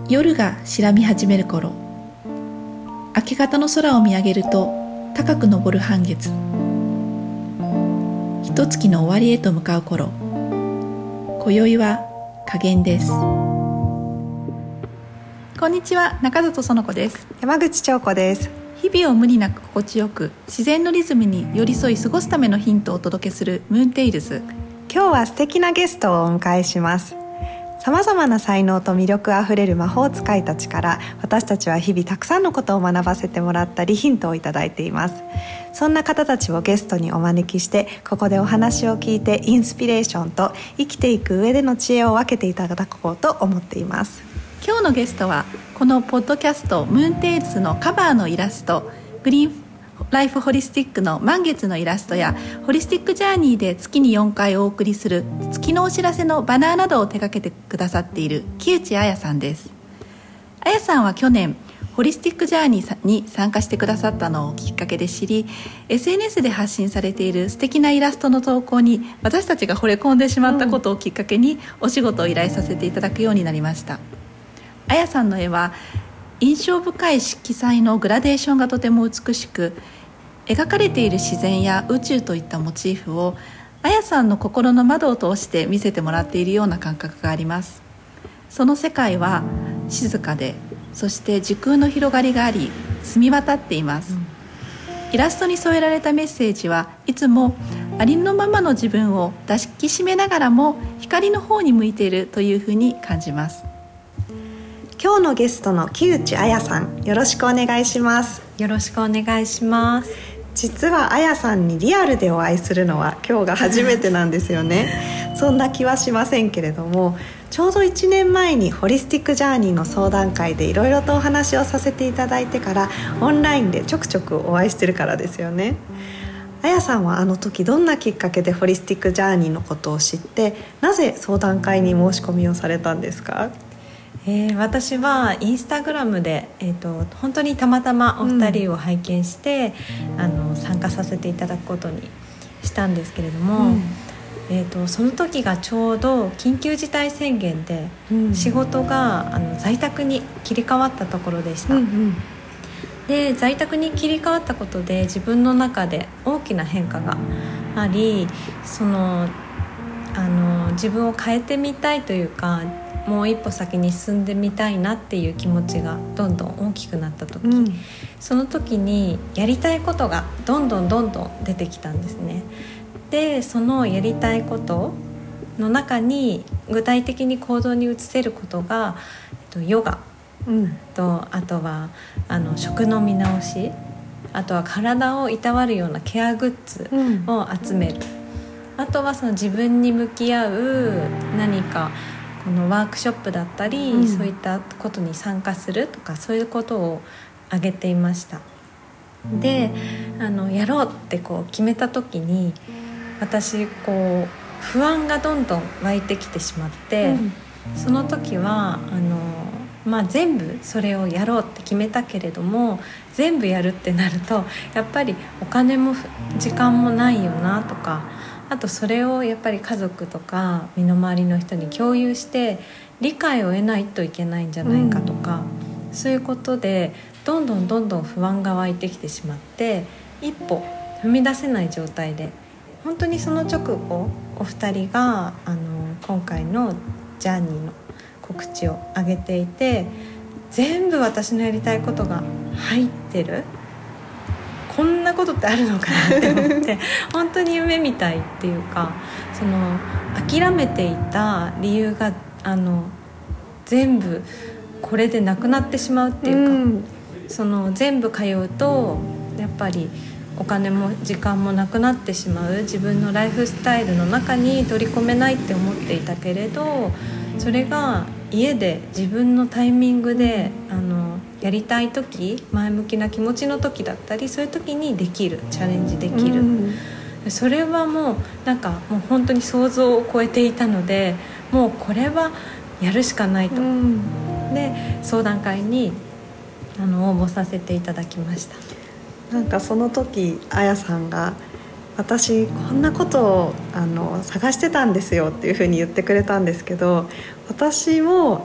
夜が白み始める頃、明け方の空を見上げると高く昇る半月、一月の終わりへと向かう頃、今宵は加減です。こんにちは、中里園子です。 山口彫子です。 日々を無理なく心地よく自然のリズムに寄り添い過ごすためのヒントをお届けするムーンテイルズ。 今日は素敵なゲストをお迎えします。さまざまな才能と魅力あふれる魔法使いたちから、私たちは日々たくさんのことを学ばせてもらったりヒントをいただいています。そんな方たちをゲストにお招きして、ここでお話を聞いてインスピレーションと生きていく上での知恵を分けていただこうと思っています。 今日のゲストはこのポッドキャストムーンテイルズのカバーのイラスト、グリーンライフホリスティックの満月のイラストや、ホリスティックジャーニーで月に4回お送りする月のお知らせのバナーなどを手掛けてくださっている木内彩さんです。彩さんは去年ホリスティックジャーニーに参加してくださったのをきっかけで知り、 SNS で発信されている素敵なイラストの投稿に私たちが惚れ込んでしまったことをきっかけにお仕事を依頼させていただくようになりました。彩さんの絵は印象深い色彩のグラデーションがとても美しく、描かれている自然や宇宙といったモチーフを彩さんの心の窓を通して見せてもらっているような感覚があります。その世界は静かで、そして時空の広がりがあり、澄み渡っています。イラストに添えられたメッセージはいつもありのままの自分を抱きしめながらも光の方に向いているというふうに感じます。 今日のゲストの木内彩さん、よろしくお願いします。 よろしくお願いします。 実は彩さんにリアルでお会いするのは今日が初めてなんですよね。そんな気はしませんけれども、ちょうど1年前にホリスティックジャーニーの相談会でいろいろとお話をさせていただいてから、オンラインでちょくちょくお会いしてるからですよね。彩さんはあの時どんなきっかけでホリスティックジャーニーのことを知って、なぜ相談会に申し込みをされたんですか？ 私はインスタグラムで、本当にたまたまお二人を拝見して、参加させていただくことにしたんですけれども、その時がちょうど緊急事態宣言で、仕事が在宅に切り替わったところでした。で、在宅に切り替わったことで自分の中で大きな変化があり、自分を変えてみたいというか、もう一歩先に進んでみたいなっていう気持ちがどんどん大きくなった時、その時にやりたいことがどんどん出てきたんですね。で、そのやりたいことの中に具体的に行動に移せることが、ヨガと、あとは食の見直し、あとは体をいたわるようなケアグッズを集める、あとはその自分に向き合う何かこのワークショップだったり、そういったことに参加するとか、そういうことを挙げていました。で、やろうって決めた時に、私不安がどんどん湧いてきてしまって、その時は全部それをやろうって決めたけれども、全部やるってなるとやっぱりお金も時間もないよなとか、あとそれをやっぱり家族とか身の回りの人に共有して理解を得ないといけないんじゃないかとか、そういうことでどんどん不安が湧いてきてしまって、一歩踏み出せない状態で、本当にその直後お二人が今回のジャーニーの告知を上げていて、全部私のやりたいことが入ってる、こんなことってあるのかなって思って本当に夢みたいっていうか、その諦めていた理由が全部これでなくなってしまうっていうか、その全部通うとやっぱりお金も時間もなくなってしまう、自分のライフスタイルの中に取り込めないって思っていたけれど、それが家で自分のタイミングでやりたい時、前向きな気持ちの時だったり、そういう時にできる、チャレンジできる、それはもうもう本当に想像を超えていたので、もうこれはやるしかないと、で相談会に応募させていただきました。 その時彩さんが、私こんなことを探してたんですよっていうふうに言ってくれたんですけど、私も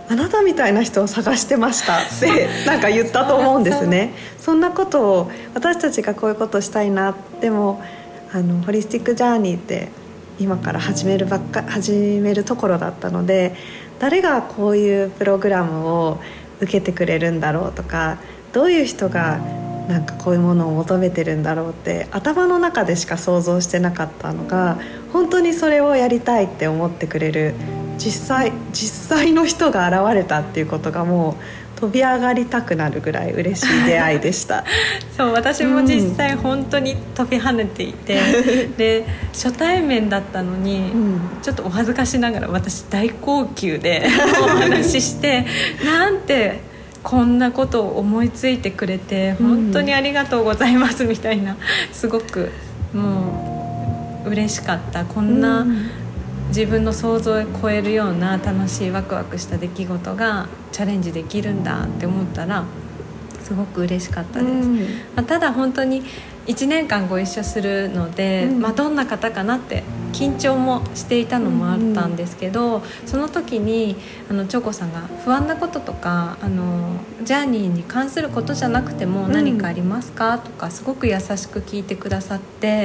あなたみたいな人を探してましたってなんか言ったと思うんですね。そんなことを私たちがこういうことしたいな、でもホリスティックジャーニーって今から始めるところだったので、誰がこういうプログラムを受けてくれるんだろうとか、どういう人がなんかこういうものを求めてるんだろうって頭の中でしか想像してなかったのが、本当にそれをやりたいって思ってくれる実際の人が現れたっていうことが、もう飛び上がりたくなるぐらい嬉しい出会いでしたそう私も実際本当に飛び跳ねていて、で初対面だったのに、ちょっとお恥ずかしながら私大号泣でお話ししてなんてこんなことを思いついてくれて本当にありがとうございますみたいな、すごくもう嬉しかった。こんな自分の想像を超えるような楽しいワクワクした出来事がチャレンジできるんだって思ったらすごく嬉しかったです、ただ本当に1年間ご一緒するので、どんな方かなって緊張もしていたのもあったんですけど、その時にチョコさんが不安なこととかジャーニーに関することじゃなくても何かありますかとかすごく優しく聞いてくださって、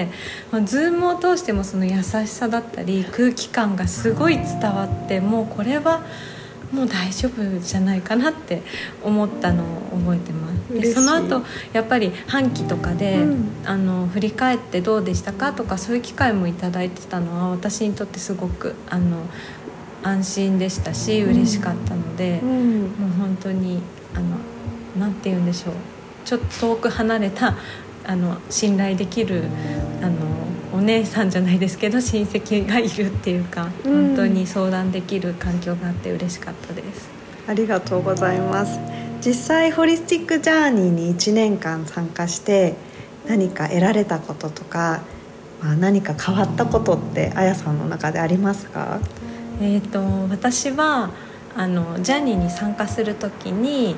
ズームを通してもその優しさだったり空気感がすごい伝わって、もうこれはもう大丈夫じゃないかなって思ったのを覚えてます。でその後やっぱり半期とかで、振り返ってどうでしたかとかそういう機会もいただいてたのは私にとってすごく安心でしたし嬉しかったので、もう本当になんて言うんでしょう、ちょっと遠く離れた信頼できるお姉さんじゃないですけど親戚がいるっていうか、本当に相談できる環境があって嬉しかったです。 ありがとうございます。実際ホリスティックジャーニーに1年間参加して何か得られたこととか、何か変わったことってあやさんの中でありますか？ 私はジャーニーに参加するときに、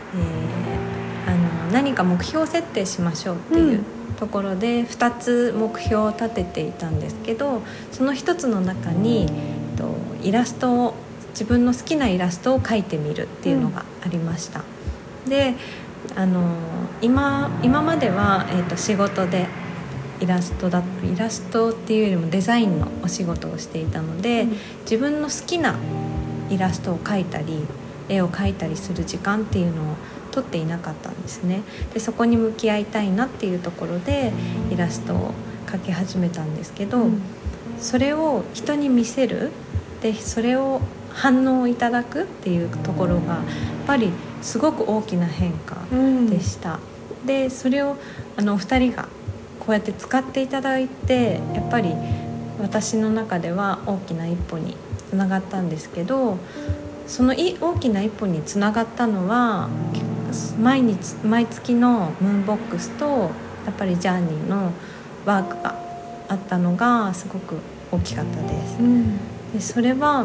何か目標設定しましょうっていうところで2つ目標を立てていたんですけど、その1つの中にイラストを自分の好きなイラストを描いてみるっていうのがありました、で今までは、仕事でイラストっていうよりもデザインのお仕事をしていたので、自分の好きなイラストを描いたり絵を描いたりする時間っていうのを取っていなかったんですね。でそこに向き合いたいなっていうところでイラストを描き始めたんですけど、それを人に見せる、でそれを反応をいただくっていうところがやっぱりすごく大きな変化でした、でそれをお二人がこうやって使っていただいて、やっぱり私の中では大きな一歩につながったんですけど、その大きな一歩につながったのは毎月のムーンボックスとやっぱりジャーニーのワークがあったのがすごく大きかったです、でそれは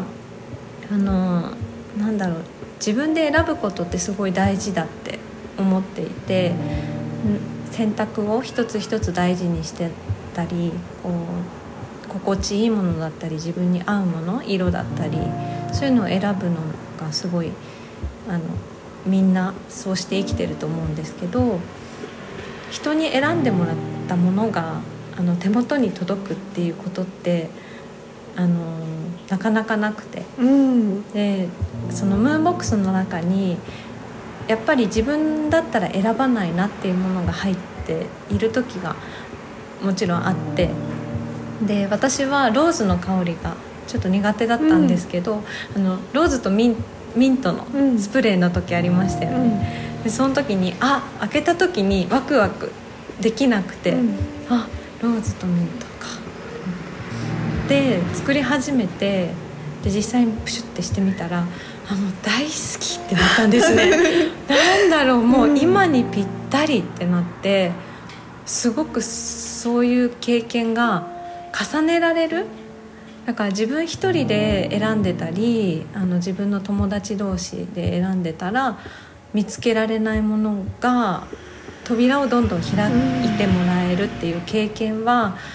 なんだろう、自分で選ぶことってすごい大事だって思っていて、選択を一つ一つ大事にしてたり、心地いいものだったり自分に合うもの、色だったりそういうのを選ぶのがすごいみんなそうして生きてると思うんですけど、人に選んでもらったものが手元に届くっていうことってなかなかなくて、でそのムーンボックスの中にやっぱり自分だったら選ばないなっていうものが入っている時がもちろんあって、で私はローズの香りがちょっと苦手だったんですけど、ローズとミントのスプレーの時ありましたよね、でその時に開けた時にワクワクできなくて、ローズとミントかで作り始めて、で実際にプシュってしてみたらもう大好きってなったんですねなんだろう、もう今にぴったりってなって、すごくそういう経験が重ねられる。だから自分一人で選んでたり自分の友達同士で選んでたら見つけられないものが扉をどんどん開いてもらえるっていう経験は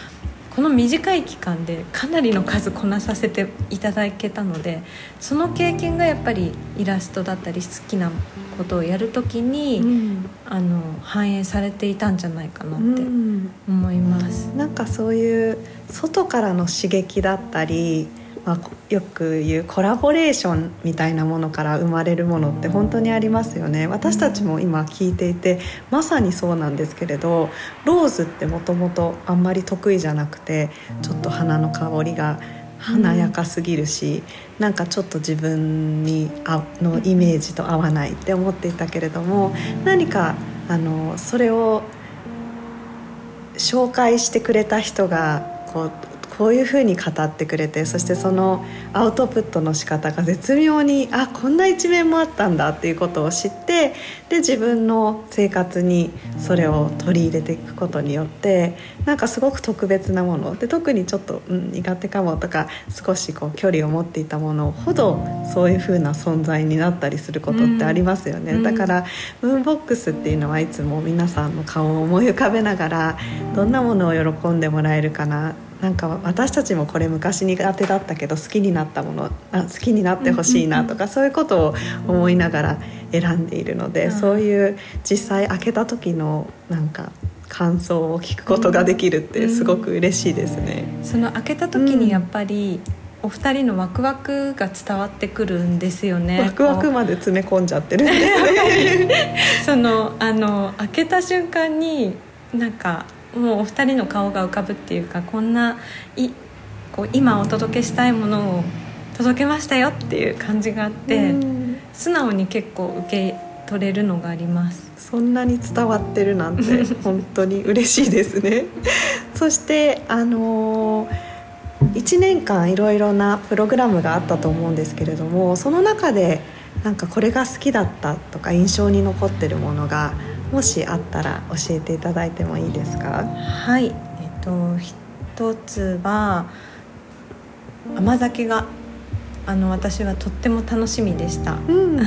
この短い期間でかなりの数こなさせていただけたので、その経験がやっぱりイラストだったり好きなことをやるときに、反映されていたんじゃないかなって思います。 なんかそういう外からの刺激だったり、よく言うコラボレーションみたいなものから生まれるものって本当にありますよね。私たちも今聞いていてまさにそうなんですけれど、ローズってもともとあんまり得意じゃなくて、ちょっと花の香りが華やかすぎるし、なんかちょっと自分のイメージと合わないって思っていたけれども、何かそれを紹介してくれた人がこういうふうに語ってくれて、そしてそのアウトプットの仕方が絶妙にこんな一面もあったんだっていうことを知って、で自分の生活にそれを取り入れていくことによって、なんかすごく特別なもので、特にちょっと、苦手かもとか少し距離を持っていたものほどそういうふうな存在になったりすることってありますよね。だからムーンボックスっていうのはいつも皆さんの顔を思い浮かべながら、どんなものを喜んでもらえるかな、なんか私たちもこれ昔苦手だったけど好きになったもの、好きになってほしいなとか、そういうことを思いながら選んでいるので、そういう実際開けた時のなんか感想を聞くことができるってすごく嬉しいですね。 その開けた時にやっぱり、お二人のワクワクが伝わってくるんですよね。 ワクワクまで詰め込んじゃってるんですね。 開けた瞬間になんかもうお二人の顔が浮かぶっていうか、こんな今お届けしたいものを届けましたよっていう感じがあって、素直に結構受け取れるのがあります。 そんなに伝わってるなんて本当に嬉しいですね。そして1年間いろいろなプログラムがあったと思うんですけれども、その中でなんかこれが好きだったとか印象に残ってるものがもしあったら教えていただいてもいいですか？ はい、一つは甘酒が私はとっても楽しみでした。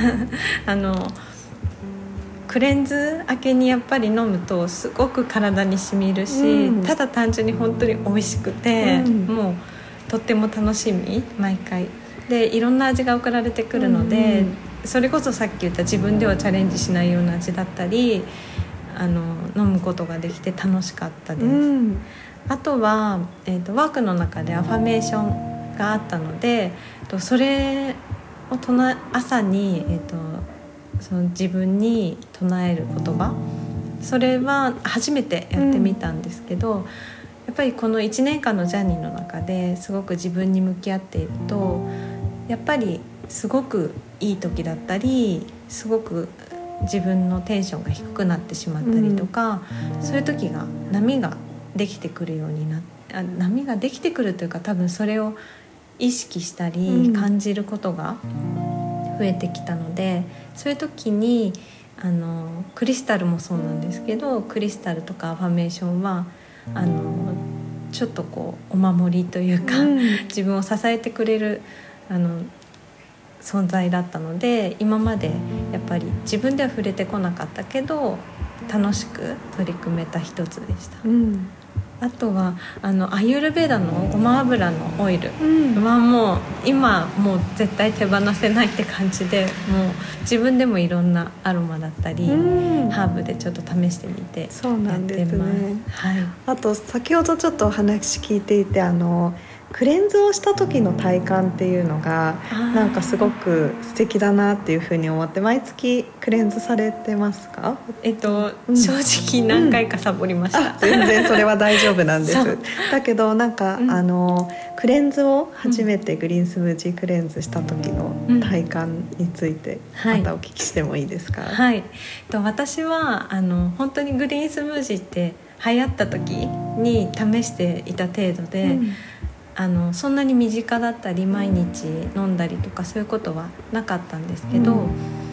クレンズ明けにやっぱり飲むとすごく体に染みるし、ただ単純に本当に美味しくて、もうとっても楽しみ、毎回でいろんな味が送られてくるので、それこそさっき言った自分ではチャレンジしないような味だったり飲むことができて楽しかったです。あとは、ワークの中でアファメーションがあったので、それを朝に、その自分に唱える言葉、それは初めてやってみたんですけど、やっぱりこの1年間のジャーニーの中ですごく自分に向き合っていると、やっぱりすごくいい時だったり、すごく自分のテンションが低くなってしまったりとか、そういう時が波ができてくるように波ができてくるというか、多分それを意識したり感じることが増えてきたので、そういう時にクリスタルもそうなんですけど、クリスタルとかアファメーションはちょっとお守りというか、自分を支えてくれる存在だったので、今までやっぱり自分では触れてこなかったけど楽しく取り組めた一つでした。あとはアユルベーダのごま油のオイルはもう今もう絶対手放せないって感じで、もう自分でもいろんなアロマだったり、ハーブでちょっと試してみてやってます。 そうなんですね。 はい、 あと先ほどちょっとお話聞いていて、クレンズをした時の体感っていうのがなんかすごく素敵だなっていうふうに思って、毎月クレンズされてますか？ 正直何回かサボりました。 全然それは大丈夫なんです。だけどなんか、クレンズを初めてグリーンスムージークレンズした時の体感についてまたお聞きしてもいいですか？ はい、私は本当にグリーンスムージーって流行った時に試していた程度で、そんなに身近だったり毎日飲んだりとかそういうことはなかったんですけど、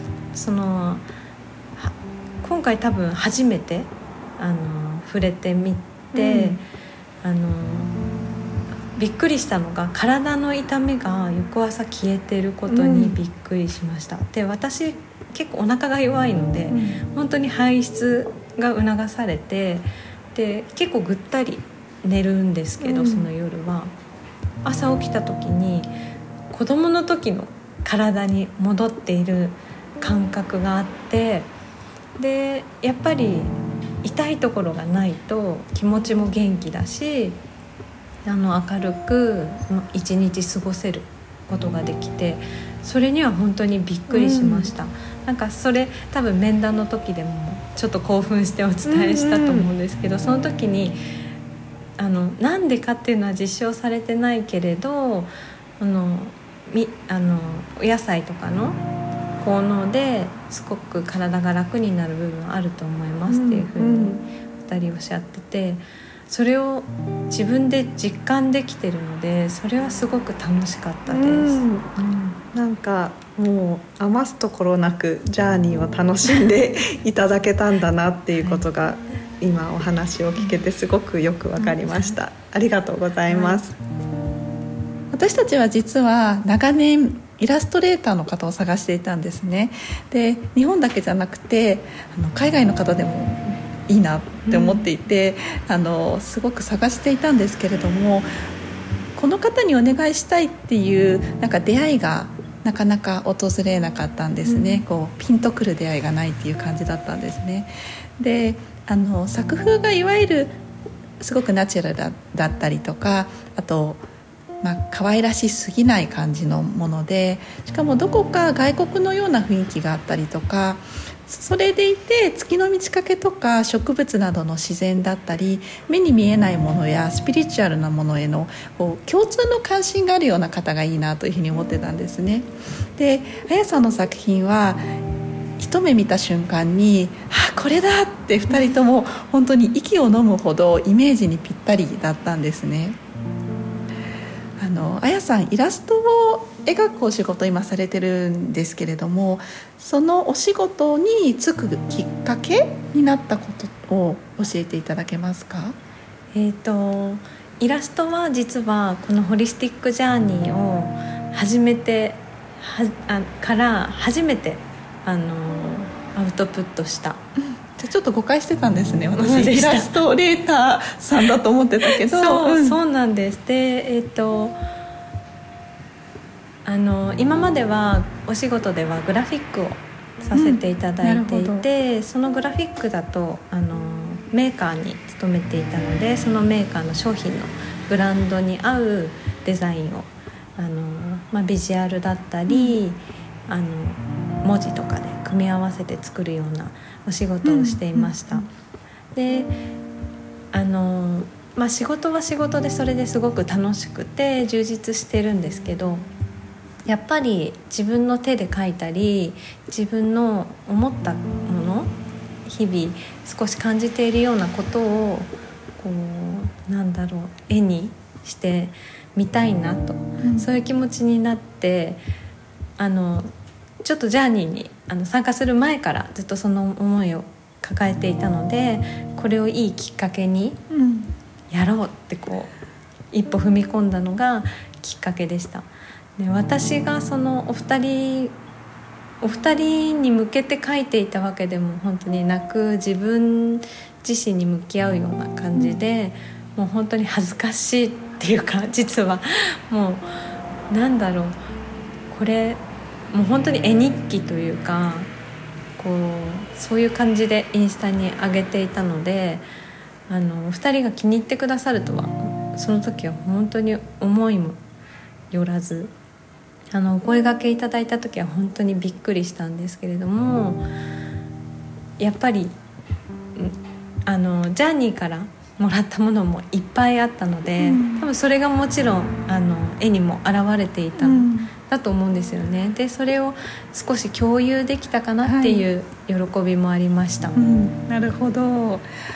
今回多分初めて触れてみて、びっくりしたのが体の痛みが翌朝消えてることにびっくりしました。で、私結構お腹が弱いので、本当に排出が促されて、で結構ぐったり寝るんですけど、その夜は朝起きた時に子供の時の体に戻っている感覚があって、でやっぱり痛いところがないと気持ちも元気だし、明るく一日過ごせることができて、それには本当にびっくりしました。なんかそれ多分面談の時でもちょっと興奮してお伝えしたと思うんですけど、その時になんでかっていうのは実証されてないけれど、お野菜とかの効能ですごく体が楽になる部分はあると思いますっていうふうに2人おっしゃってて、それを自分で実感できてるので、それはすごく楽しかったです。 なんかもう余すところなくジャーニーを楽しんでいただけたんだなっていうことが、今お話を聞けてすごくよく分かりました。ありがとうございます。 私たちは実は長年イラストレーターの方を探していたんですね。で、日本だけじゃなくて海外の方でもいいなって思っていて、すごく探していたんですけれども、この方にお願いしたいっていうなんか出会いがなかなか訪れなかったんですね。こうピンとくる出会いがないっていう感じだったんですね。で、作風がいわゆるすごくナチュラルだったりとか、あと可愛らしすぎない感じのもので、しかもどこか外国のような雰囲気があったりとか、それでいて月の満ち欠けとか植物などの自然だったり、目に見えないものやスピリチュアルなものへの共通の関心があるような方がいいなというふうに思ってたんですね。で、あやさんの作品は一目見た瞬間にこれだって2人とも本当に息を飲むほどイメージにぴったりだったんですね。あやさんイラストを描くお仕事を今されてるんですけれども、そのお仕事に就くきっかけになったことを教えていただけますか？ イラストは実はこのホリスティックジャーニーを始めてから初めてアウトプットした、 じゃちょっと誤解してたんですね。私イラストレーターさんだと思ってたけどそうなんです。で、今まではお仕事ではグラフィックをさせていただいていて、そのグラフィックだとメーカーに勤めていたので、そのメーカーの商品のブランドに合うデザインをビジュアルだったり、文字とかで組み合わせて作るようなお仕事をしていました。で、仕事は仕事でそれですごく楽しくて充実してるんですけど、やっぱり自分の手で描いたり、自分の思ったもの、日々少し感じているようなことを絵にしてみたいなと、そういう気持ちになって、ちょっとジャーニーに参加する前からずっとその思いを抱えていたので、これをいいきっかけにやろうって一歩踏み込んだのがきっかけでした。で、私がそのお二人に向けて描いていたわけでも本当になく、自分自身に向き合うような感じで、もう本当に恥ずかしいっていうか、実はもうこれもう本当に絵日記というか、そういう感じでインスタに上げていたので、お二人が気に入ってくださるとはその時は本当に思いもよらず、お声掛けいただいた時は本当にびっくりしたんですけれども、やっぱりジャーニーからもらったものもいっぱいあったので、多分それがもちろん絵にも表れていただと思うんですよね。で、それを少し共有できたかなっていう喜びもありました。 なるほど。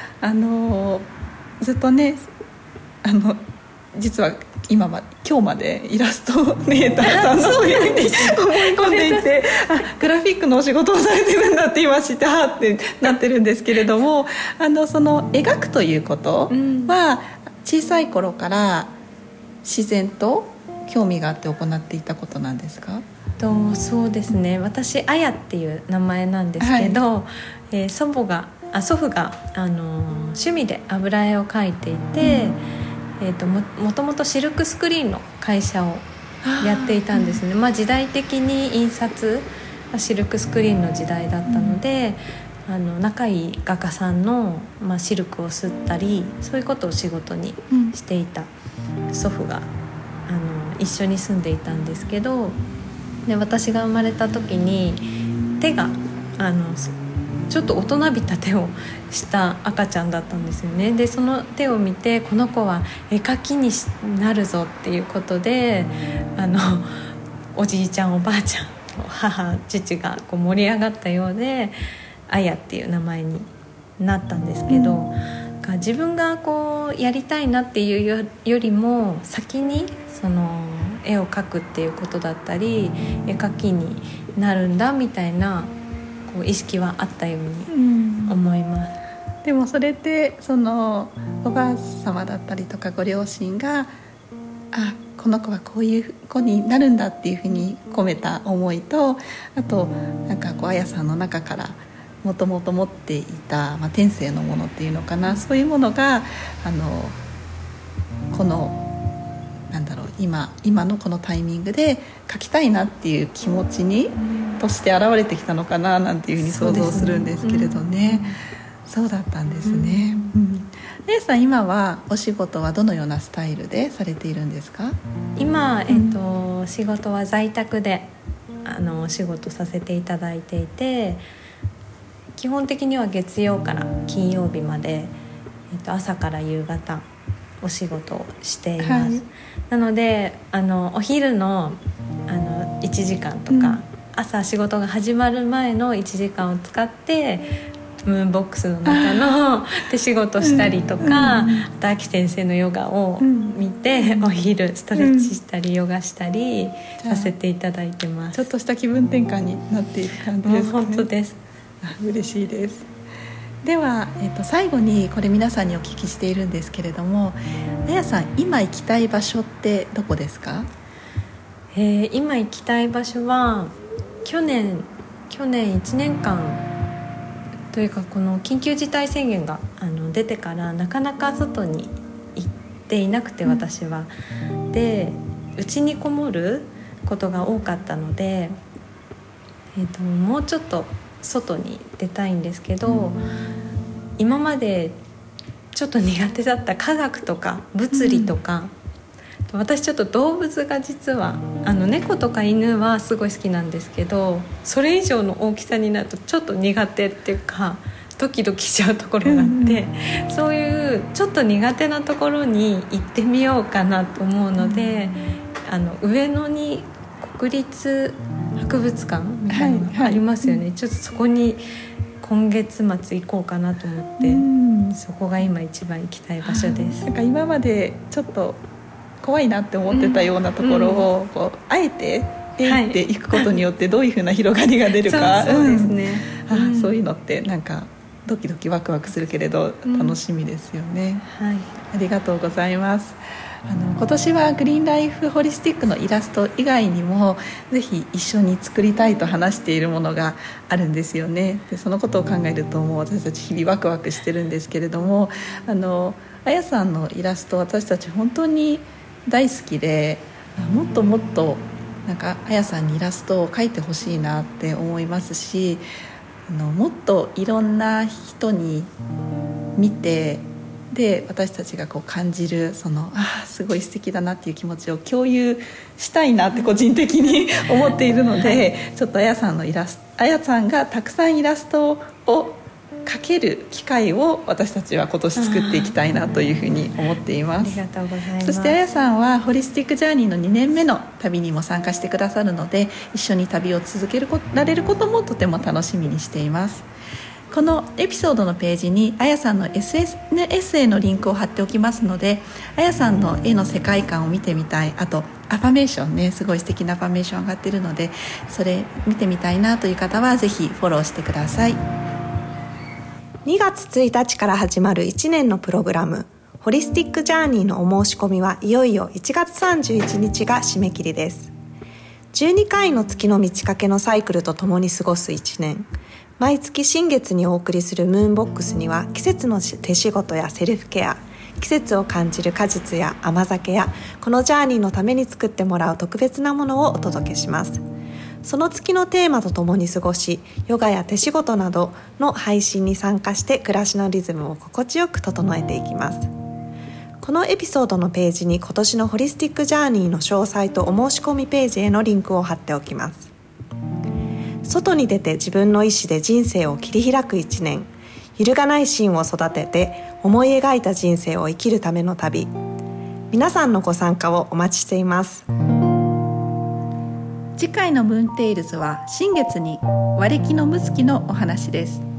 ずっとね実は今日までイラストレーターさんの上に思い込んでいてグラフィックのお仕事をされてるんだって今知ってってなってるんですけれども、その描くということは小さい頃から自然と興味があって行っていたことなんですか？ そうですね、私あやっていう名前なんですけど、祖母が祖父が、趣味で油絵を描いていて、もともとシルクスクリーンの会社をやっていたんですね。時代的に印刷シルクスクリーンの時代だったので、仲いい画家さんの、シルクを刷ったりそういうことを仕事にしていた祖父が、一緒に住んでいたんですけど、で私が生まれた時に手がちょっと大人びた手をした赤ちゃんだったんですよね。でその手を見てこの子は絵描きになるぞっていうことでおじいちゃんおばあちゃん母父がこう盛り上がったようであやっていう名前になったんですけど、自分がこうやりたいなっていうよりも先にその絵を描くっていうことだったり絵描きになるんだみたいなこう意識はあったように思います。 でもそれってそのおばあ様だったりとかご両親がこの子はこういう子になるんだっていうふうに込めた思いと、あとなんかこうあやさんの中からもともと持っていた、天性のものっていうのかな、そういうものがこの今のこのタイミングで描きたいなっていう気持ちにとして現れてきたのかななんていうふうに想像するんですけれどね。そうだったんですね。レイさん今はお仕事はどのようなスタイルでされているんですか？ 今、仕事は在宅でお仕事させていただいていて、基本的には月曜から金曜日まで、朝から夕方お仕事をしています、なのでお昼の1時間とか、朝仕事が始まる前の1時間を使ってムーンボックスの中の手仕事したりとか、あと秋先生のヨガを見て、お昼ストレッチしたり、ヨガしたりさせていただいてます。 ちょっとした気分転換になっている感じですかね。 本当です。 嬉しいです。では、最後にこれ皆さんにお聞きしているんですけれども、あやさん今行きたい場所ってどこですか？ 今行きたい場所は去年1年間というか、この緊急事態宣言が出てからなかなか外に行っていなくて、私はで家にこもることが多かったので、もうちょっと外に出たいんですけど、今までちょっと苦手だった科学とか物理とか、私ちょっと動物が実は猫とか犬はすごい好きなんですけど、それ以上の大きさになるとちょっと苦手っていうかドキドキしちゃうところがあって、そういうちょっと苦手なところに行ってみようかなと思うので、上野に国立博物館みたいなのがありますよね、ちょっとそこに今月末行こうかなと思って、そこが今一番行きたい場所です。 なんか今までちょっと怖いなって思ってたようなところを、こうあえて出入っていくことによってどういうふうな広がりが出るか、 そうですね、 そういうのってなんかドキドキワクワクするけれど楽しみですよね、ありがとうございます。今年はグリーンライフホリスティックのイラスト以外にもぜひ一緒に作りたいと話しているものがあるんですよね。でそのことを考えるともう私たち日々ワクワクしてるんですけれども、あやさんのイラスト私たち本当に大好きで、もっともっとなんかあやさんにイラストを描いてほしいなって思いますし、もっといろんな人に見て、で私たちがこう感じるそのすごい素敵だなっていう気持ちを共有したいなって個人的に思っているので、ちょっとあやさんがたくさんイラストを描ける機会を私たちは今年作っていきたいなというふうに思っています。 ありがとうございます。 そしてあやさんはホリスティックジャーニーの2年目の旅にも参加してくださるので、一緒に旅を続けられることもとても楽しみにしています。このエピソードのページにあやさんの SNS へのリンクを貼っておきますので、あやさんの絵の世界観を見てみたい、あとアファメーションね、すごい素敵なアファメーション上がっているので、それ見てみたいなという方はぜひフォローしてください。 2月1日から始まる1年のプログラムホリスティックジャーニーのお申し込みはいよいよ1月31日が締め切りです。12回の月の満ち欠けのサイクルとともに過ごす1年、 毎月新月にお送りするムーンボックスには季節の手仕事やセルフケア、季節を感じる果実や甘酒やこのジャーニーのために作ってもらう特別なものをお届けします。その月のテーマとともに過ごし、ヨガや手仕事などの配信に参加して暮らしのリズムを心地よく整えていきます。このエピソードのページに今年のホリスティックジャーニーの詳細とお申し込みページへのリンクを貼っておきます。外に出て自分の意思で人生を切り開く1年、揺るがない芯を育てて思い描いた人生を生きるための旅。皆さんのご参加をお待ちしています。 次回のムーンテイルズは新月に和暦の六月のお話です。